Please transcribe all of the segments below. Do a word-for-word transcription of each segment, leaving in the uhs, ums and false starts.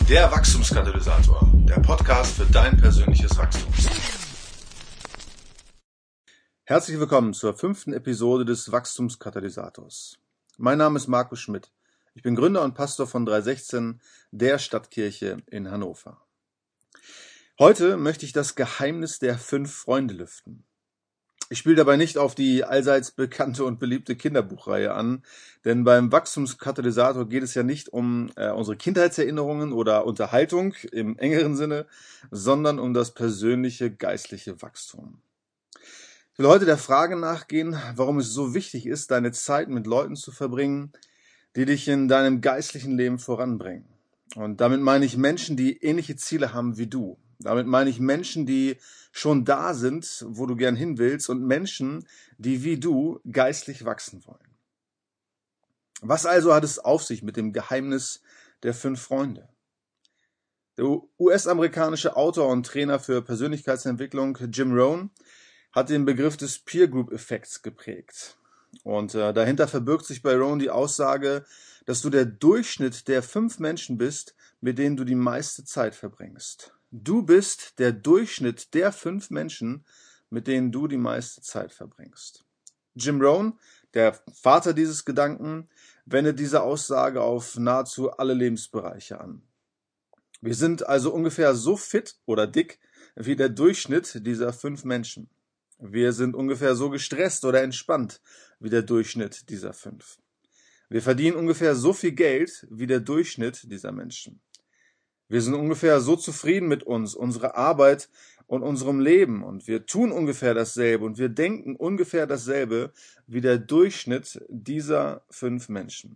Der Wachstumskatalysator, der Podcast für dein persönliches Wachstum. Herzlich willkommen zur fünften Episode des Wachstumskatalysators. Mein Name ist Markus Schmidt. Ich bin Gründer und Pastor von drei sechzehn, der Stadtkirche in Hannover. Heute möchte ich das Geheimnis der fünf Freunde lüften. Ich spiele dabei nicht auf die allseits bekannte und beliebte Kinderbuchreihe an, denn beim Wachstumskatalysator geht es ja nicht um äh, unsere Kindheitserinnerungen oder Unterhaltung im engeren Sinne, sondern um das persönliche geistliche Wachstum. Ich will heute der Frage nachgehen, warum es so wichtig ist, deine Zeit mit Leuten zu verbringen, die dich in deinem geistlichen Leben voranbringen. Und damit meine ich Menschen, die ähnliche Ziele haben wie du. Damit meine ich Menschen, die schon da sind, wo du gern hin willst, und Menschen, die wie du geistlich wachsen wollen. Was also hat es auf sich mit dem Geheimnis der fünf Freunde? Der U S-amerikanische Autor und Trainer für Persönlichkeitsentwicklung Jim Rohn hat den Begriff des Peer Group Effekts geprägt. Und äh, dahinter verbirgt sich bei Rohn die Aussage, dass du der Durchschnitt der fünf Menschen bist, mit denen du die meiste Zeit verbringst. Du bist der Durchschnitt der fünf Menschen, mit denen du die meiste Zeit verbringst. Jim Rohn, der Vater dieses Gedanken, wendet diese Aussage auf nahezu alle Lebensbereiche an. Wir sind also ungefähr so fit oder dick wie der Durchschnitt dieser fünf Menschen. Wir sind ungefähr so gestresst oder entspannt wie der Durchschnitt dieser fünf. Wir verdienen ungefähr so viel Geld wie der Durchschnitt dieser Menschen. Wir sind ungefähr so zufrieden mit uns, unserer Arbeit und unserem Leben, und wir tun ungefähr dasselbe und wir denken ungefähr dasselbe wie der Durchschnitt dieser fünf Menschen.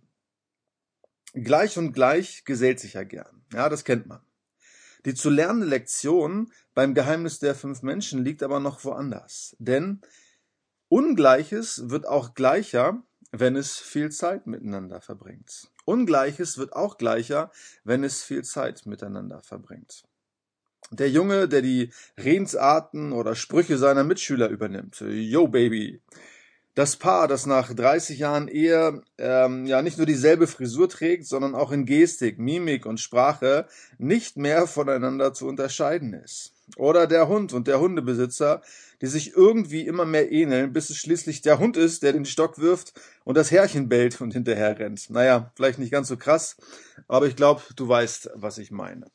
Gleich und gleich gesellt sich ja gern. Ja, das kennt man. Die zu lernende Lektion beim Geheimnis der fünf Menschen liegt aber noch woanders. Denn Ungleiches wird auch gleicher, wenn es viel Zeit miteinander verbringt. Ungleiches wird auch gleicher, wenn es viel Zeit miteinander verbringt. Der Junge, der die Redensarten oder Sprüche seiner Mitschüler übernimmt. Yo, Baby. Das Paar, das nach dreißig Jahren Ehe ähm, ja nicht nur dieselbe Frisur trägt, sondern auch in Gestik, Mimik und Sprache nicht mehr voneinander zu unterscheiden ist. Oder der Hund und der Hundebesitzer, die sich irgendwie immer mehr ähneln, bis es schließlich der Hund ist, der den Stock wirft und das Herrchen bellt und hinterher rennt. Naja, vielleicht nicht ganz so krass, aber ich glaube, du weißt, was ich meine.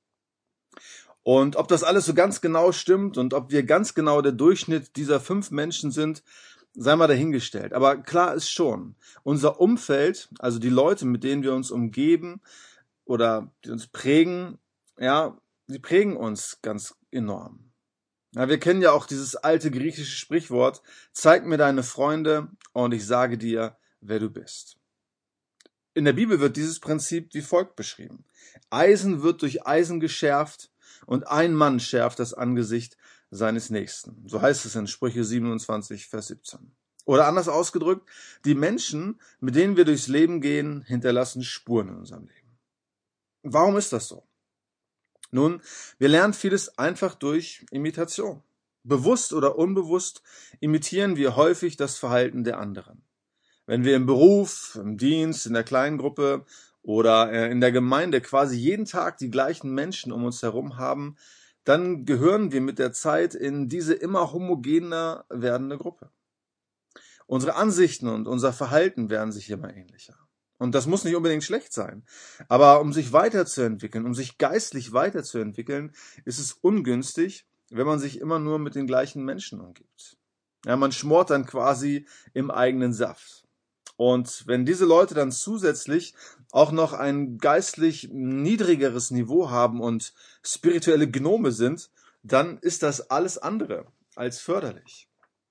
Und ob das alles so ganz genau stimmt und ob wir ganz genau der Durchschnitt dieser fünf Menschen sind, sei mal dahingestellt. Aber klar ist schon, unser Umfeld, also die Leute, mit denen wir uns umgeben oder die uns prägen, ja, sie prägen uns ganz enorm. Ja, wir kennen ja auch dieses alte griechische Sprichwort, zeig mir deine Freunde und ich sage dir, wer du bist. In der Bibel wird dieses Prinzip wie folgt beschrieben. Eisen wird durch Eisen geschärft und ein Mann schärft das Angesicht seines Nächsten. So heißt es in Sprüche siebenundzwanzig, Vers siebzehn. Oder anders ausgedrückt, die Menschen, mit denen wir durchs Leben gehen, hinterlassen Spuren in unserem Leben. Warum ist das so? Nun, wir lernen vieles einfach durch Imitation. Bewusst oder unbewusst imitieren wir häufig das Verhalten der anderen. Wenn wir im Beruf, im Dienst, in der Kleingruppe oder in der Gemeinde quasi jeden Tag die gleichen Menschen um uns herum haben, dann gehören wir mit der Zeit in diese immer homogener werdende Gruppe. Unsere Ansichten und unser Verhalten werden sich immer ähnlicher. Und das muss nicht unbedingt schlecht sein. Aber um sich weiterzuentwickeln, um sich geistlich weiterzuentwickeln, ist es ungünstig, wenn man sich immer nur mit den gleichen Menschen umgibt. Ja, man schmort dann quasi im eigenen Saft. Und wenn diese Leute dann zusätzlich auch noch ein geistlich niedrigeres Niveau haben und spirituelle Gnome sind, dann ist das alles andere als förderlich.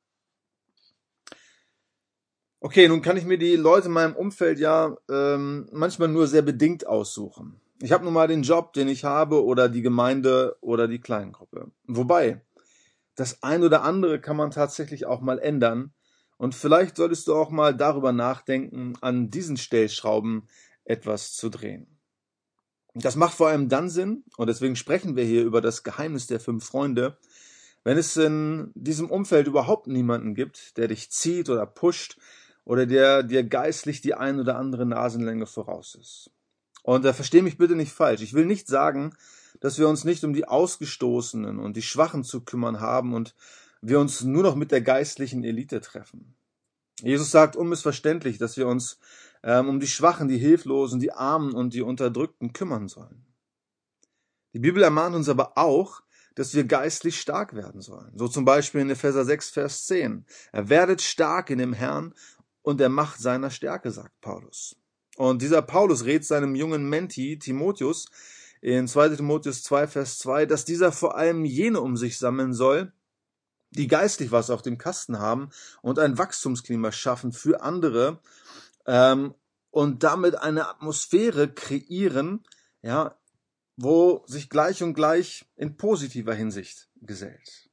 Okay, nun kann ich mir die Leute in meinem Umfeld ja ähm, manchmal nur sehr bedingt aussuchen. Ich habe nun mal den Job, den ich habe, oder die Gemeinde oder die Kleingruppe. Wobei, das ein oder andere kann man tatsächlich auch mal ändern. Und vielleicht solltest du auch mal darüber nachdenken, an diesen Stellschrauben etwas zu drehen. Das macht vor allem dann Sinn, und deswegen sprechen wir hier über das Geheimnis der fünf Freunde, wenn es in diesem Umfeld überhaupt niemanden gibt, der dich zieht oder pusht oder der dir geistlich die ein oder andere Nasenlänge voraus ist. Und äh, versteh mich bitte nicht falsch. Ich will nicht sagen, dass wir uns nicht um die Ausgestoßenen und die Schwachen zu kümmern haben und wir uns nur noch mit der geistlichen Elite treffen. Jesus sagt unmissverständlich, dass wir uns ähm, um die Schwachen, die Hilflosen, die Armen und die Unterdrückten kümmern sollen. Die Bibel ermahnt uns aber auch, dass wir geistlich stark werden sollen. So zum Beispiel in Epheser sechs, Vers zehn. Er werdet stark in dem Herrn und der Macht seiner Stärke, sagt Paulus. Und dieser Paulus rät seinem jungen Menti Timotheus in zweiter Timotheus zwei, Vers zwei, dass dieser vor allem jene um sich sammeln soll, die geistlich was auf dem Kasten haben und ein Wachstumsklima schaffen für andere ähm, und damit eine Atmosphäre kreieren, ja, wo sich gleich und gleich in positiver Hinsicht gesellt.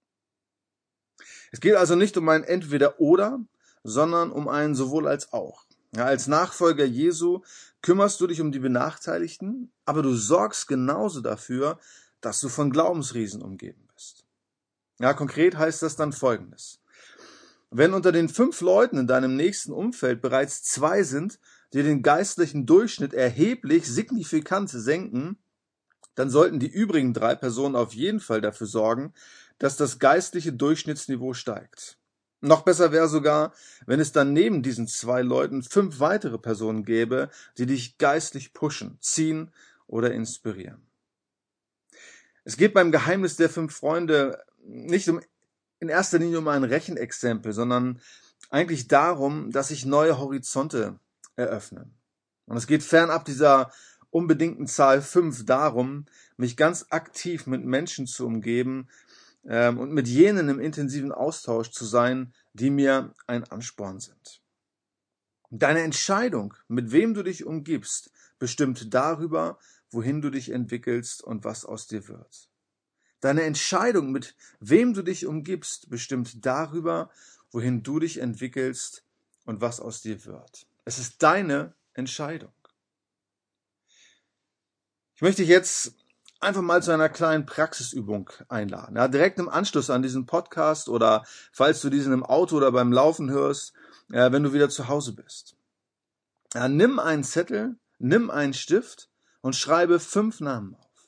Es geht also nicht um ein Entweder-Oder, sondern um ein Sowohl als auch. Ja, als Nachfolger Jesu kümmerst du dich um die Benachteiligten, aber du sorgst genauso dafür, dass du von Glaubensriesen umgeben bist. Ja, konkret heißt das dann Folgendes. Wenn unter den fünf Leuten in deinem nächsten Umfeld bereits zwei sind, die den geistlichen Durchschnitt erheblich signifikant senken, dann sollten die übrigen drei Personen auf jeden Fall dafür sorgen, dass das geistliche Durchschnittsniveau steigt. Noch besser wäre sogar, wenn es dann neben diesen zwei Leuten fünf weitere Personen gäbe, die dich geistlich pushen, ziehen oder inspirieren. Es geht beim Geheimnis der fünf Freunde nicht um, in erster Linie um ein Rechenexempel, sondern eigentlich darum, dass sich neue Horizonte eröffnen. Und es geht fernab dieser unbedingten Zahl fünf darum, mich ganz aktiv mit Menschen zu umgeben ähm, und mit jenen im intensiven Austausch zu sein, die mir ein Ansporn sind. Deine Entscheidung, mit wem du dich umgibst, bestimmt darüber, wohin du dich entwickelst und was aus dir wird. Deine Entscheidung, mit wem du dich umgibst, bestimmt darüber, wohin du dich entwickelst und was aus dir wird. Es ist deine Entscheidung. Ich möchte dich jetzt einfach mal zu einer kleinen Praxisübung einladen. Ja, direkt im Anschluss an diesen Podcast oder falls du diesen im Auto oder beim Laufen hörst, ja, wenn du wieder zu Hause bist. Ja, nimm einen Zettel, nimm einen Stift und schreibe fünf Namen auf.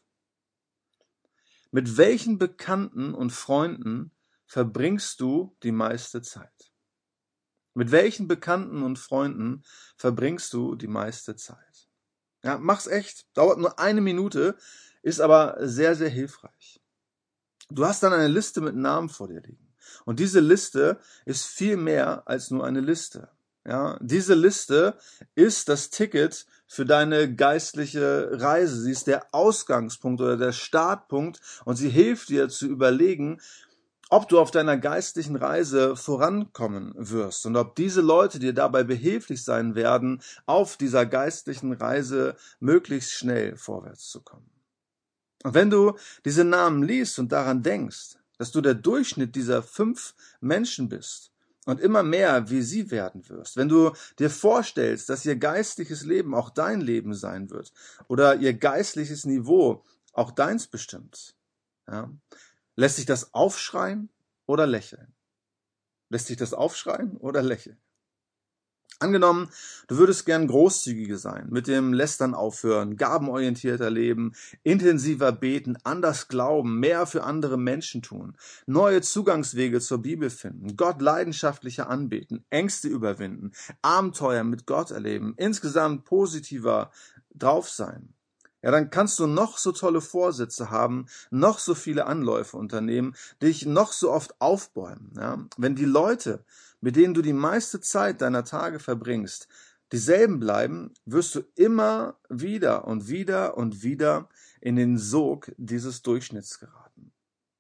Mit welchen Bekannten und Freunden verbringst du die meiste Zeit? Mit welchen Bekannten und Freunden verbringst du die meiste Zeit? Ja, mach's echt. Dauert nur eine Minute, ist aber sehr, sehr hilfreich. Du hast dann eine Liste mit Namen vor dir liegen. Und diese Liste ist viel mehr als nur eine Liste. Ja, diese Liste ist das Ticket für deine geistliche Reise. Sie ist der Ausgangspunkt oder der Startpunkt und sie hilft dir zu überlegen, ob du auf deiner geistlichen Reise vorankommen wirst und ob diese Leute dir dabei behilflich sein werden, auf dieser geistlichen Reise möglichst schnell vorwärts zu kommen. Und wenn du diese Namen liest und daran denkst, dass du der Durchschnitt dieser fünf Menschen bist und immer mehr wie sie werden wirst, wenn du dir vorstellst, dass ihr geistliches Leben auch dein Leben sein wird oder ihr geistliches Niveau auch deins bestimmt, ja, lässt sich das aufschreien oder lächeln? Lässt sich das aufschreien oder lächeln? Angenommen, du würdest gern großzügiger sein, mit dem Lästern aufhören, gabenorientierter leben, intensiver beten, anders glauben, mehr für andere Menschen tun, neue Zugangswege zur Bibel finden, Gott leidenschaftlicher anbeten, Ängste überwinden, Abenteuer mit Gott erleben, insgesamt positiver drauf sein. Ja, dann kannst du noch so tolle Vorsätze haben, noch so viele Anläufe unternehmen, dich noch so oft aufbäumen. Ja? Wenn die Leute, mit denen du die meiste Zeit deiner Tage verbringst, dieselben bleiben, wirst du immer wieder und wieder und wieder in den Sog dieses Durchschnitts geraten.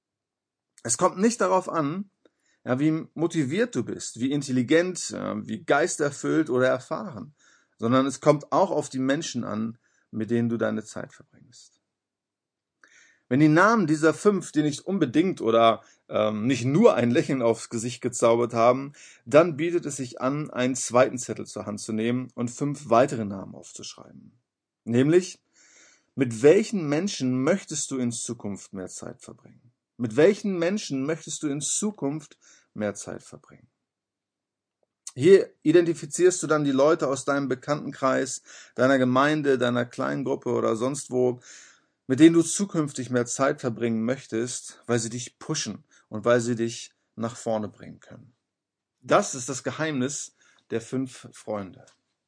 Es kommt nicht darauf an, ja, wie motiviert du bist, wie intelligent, wie geisterfüllt oder erfahren, sondern es kommt auch auf die Menschen an, mit denen du deine Zeit verbringst. Wenn die Namen dieser fünf dir nicht unbedingt oder ähm, nicht nur ein Lächeln aufs Gesicht gezaubert haben, dann bietet es sich an, einen zweiten Zettel zur Hand zu nehmen und fünf weitere Namen aufzuschreiben. Nämlich, mit welchen Menschen möchtest du in Zukunft mehr Zeit verbringen? Mit welchen Menschen möchtest du in Zukunft mehr Zeit verbringen? Hier identifizierst du dann die Leute aus deinem Bekanntenkreis, deiner Gemeinde, deiner Kleingruppe oder sonst wo, mit denen du zukünftig mehr Zeit verbringen möchtest, weil sie dich pushen und weil sie dich nach vorne bringen können. Das ist das Geheimnis der fünf Freunde.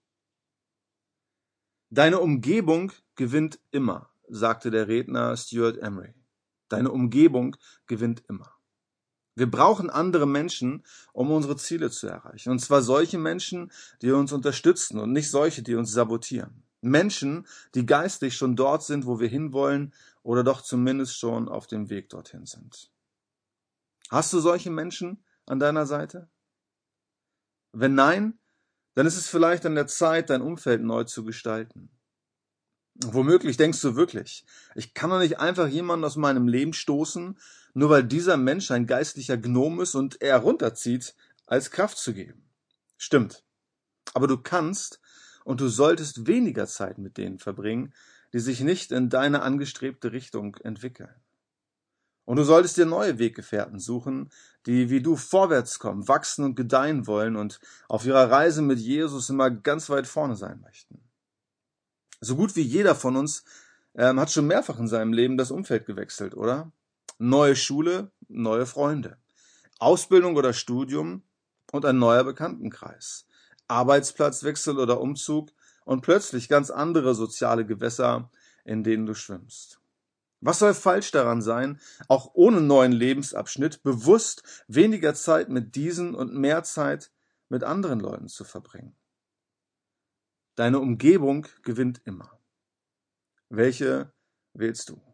Deine Umgebung gewinnt immer, sagte der Redner Stuart Emery. Deine Umgebung gewinnt immer. Wir brauchen andere Menschen, um unsere Ziele zu erreichen. Und zwar solche Menschen, die uns unterstützen und nicht solche, die uns sabotieren. Menschen, die geistlich schon dort sind, wo wir hinwollen oder doch zumindest schon auf dem Weg dorthin sind. Hast du solche Menschen an deiner Seite? Wenn nein, dann ist es vielleicht an der Zeit, dein Umfeld neu zu gestalten. Womöglich denkst du wirklich, ich kann doch nicht einfach jemanden aus meinem Leben stoßen, nur weil dieser Mensch ein geistlicher Gnom ist und er runterzieht, als Kraft zu geben. Stimmt. Aber du kannst und du solltest weniger Zeit mit denen verbringen, die sich nicht in deine angestrebte Richtung entwickeln. Und du solltest dir neue Weggefährten suchen, die wie du vorwärts kommen, wachsen und gedeihen wollen und auf ihrer Reise mit Jesus immer ganz weit vorne sein möchten. So gut wie jeder von uns ähm, hat schon mehrfach in seinem Leben das Umfeld gewechselt, oder? Neue Schule, neue Freunde. Ausbildung oder Studium und ein neuer Bekanntenkreis. Arbeitsplatzwechsel oder Umzug und plötzlich ganz andere soziale Gewässer, in denen du schwimmst. Was soll falsch daran sein, auch ohne neuen Lebensabschnitt bewusst weniger Zeit mit diesen und mehr Zeit mit anderen Leuten zu verbringen? Deine Umgebung gewinnt immer. Welche wählst du?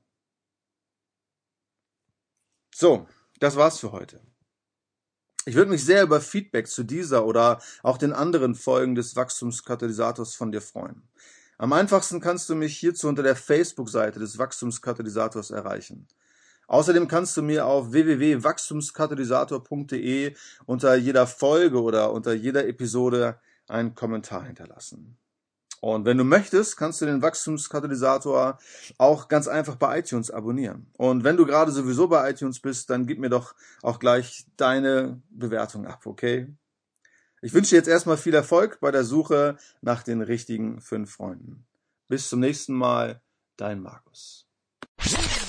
So, das war's für heute. Ich würde mich sehr über Feedback zu dieser oder auch den anderen Folgen des Wachstumskatalysators von dir freuen. Am einfachsten kannst du mich hierzu unter der Facebook-Seite des Wachstumskatalysators erreichen. Außerdem kannst du mir auf w w w punkt wachstumskatalysator punkt d e unter jeder Folge oder unter jeder Episode einen Kommentar hinterlassen. Und wenn du möchtest, kannst du den Wachstumskatalysator auch ganz einfach bei iTunes abonnieren. Und wenn du gerade sowieso bei iTunes bist, dann gib mir doch auch gleich deine Bewertung ab, okay? Ich wünsche dir jetzt erstmal viel Erfolg bei der Suche nach den richtigen fünf Freunden. Bis zum nächsten Mal, dein Markus.